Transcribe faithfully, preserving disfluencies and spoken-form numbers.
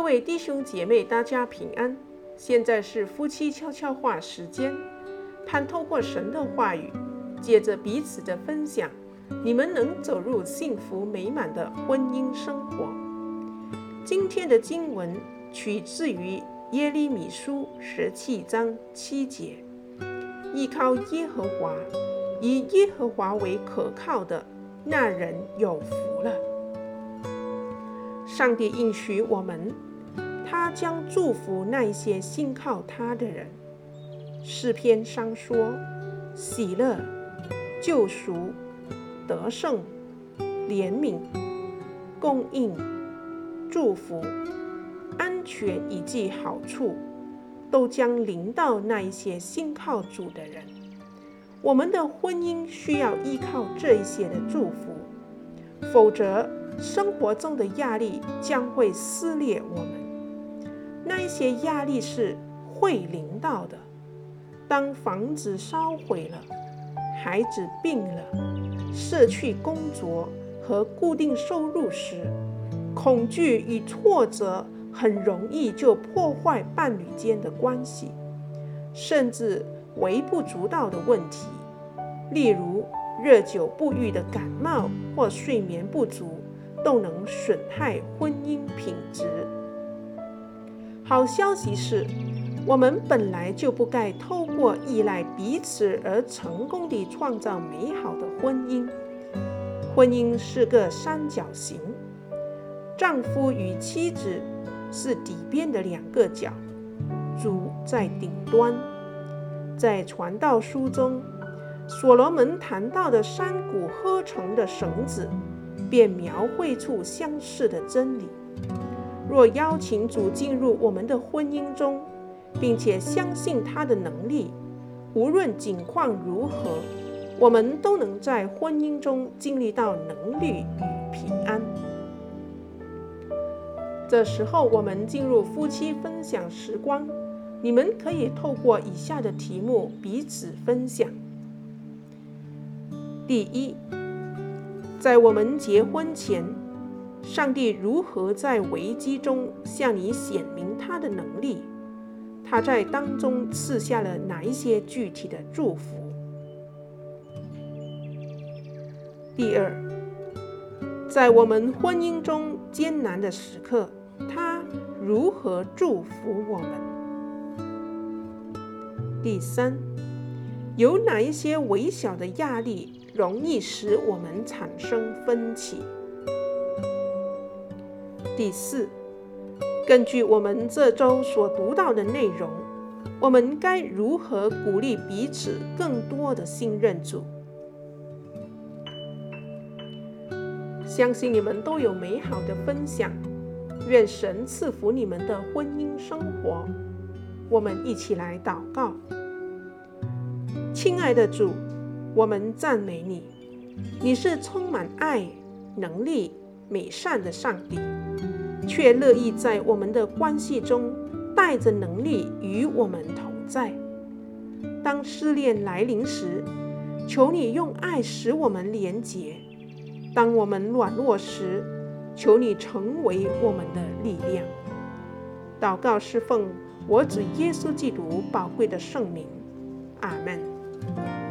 各位弟兄姐妹，大家平安。现在是夫妻悄悄话时间，盼透过神的话语，借着彼此的分享，你们能走入幸福美满的婚姻生活。今天的经文取自于耶利米书十七章七节，依靠耶和华，以耶和华为可靠的，那人有福了。上帝应许我们，他将祝福那一些信靠他的人。诗篇上说，喜乐、救赎、得胜、怜悯、供应、祝福、安全以及好处，都将临到那一些信靠主的人。我们的婚姻需要依靠这一些的祝福，否则生活中的压力将会撕裂我们。那一些压力是会临到的。当房子烧毁了，孩子病了，失去工作和固定收入时，恐惧与挫折很容易就破坏伴侣间的关系，甚至微不足道的问题，例如日久不愈的感冒或睡眠不足，都能损害婚姻品质。好消息是，我们本来就不该透过依赖彼此而成功地创造美好的婚姻。婚姻是个三角形，丈夫与妻子是底边的两个角，主在顶端。在传道书中，所罗门谈到的三股合成的绳子，便描绘出相似的真理。若邀请主进入我们的婚姻中，并且相信他的能力，无论境况如何，我们都能在婚姻中经历到能力与平安。这时候，我们进入夫妻分享时光，你们可以透过以下的题目彼此分享。第一，在我们结婚前，上帝如何在危机中向你显明他的能力？他在当中赐下了哪一些具体的祝福？第二，在我们婚姻中艰难的时刻，他如何祝福我们？第三，有哪一些微小的压力容易使我们产生分歧？第四，根据我们这周所读到的内容，我们该如何鼓励彼此更多的信任主？相信你们都有美好的分享，愿神赐福你们的婚姻生活。我们一起来祷告。亲爱的主，我们赞美你，你是充满爱、能力、美善的上帝，却乐意在我们的关系中带着能力与我们同在。当试炼来临时，求你用爱使我们连结；当我们软弱时，求你成为我们的力量。祷告是奉我主耶稣基督宝贵的圣名，阿们。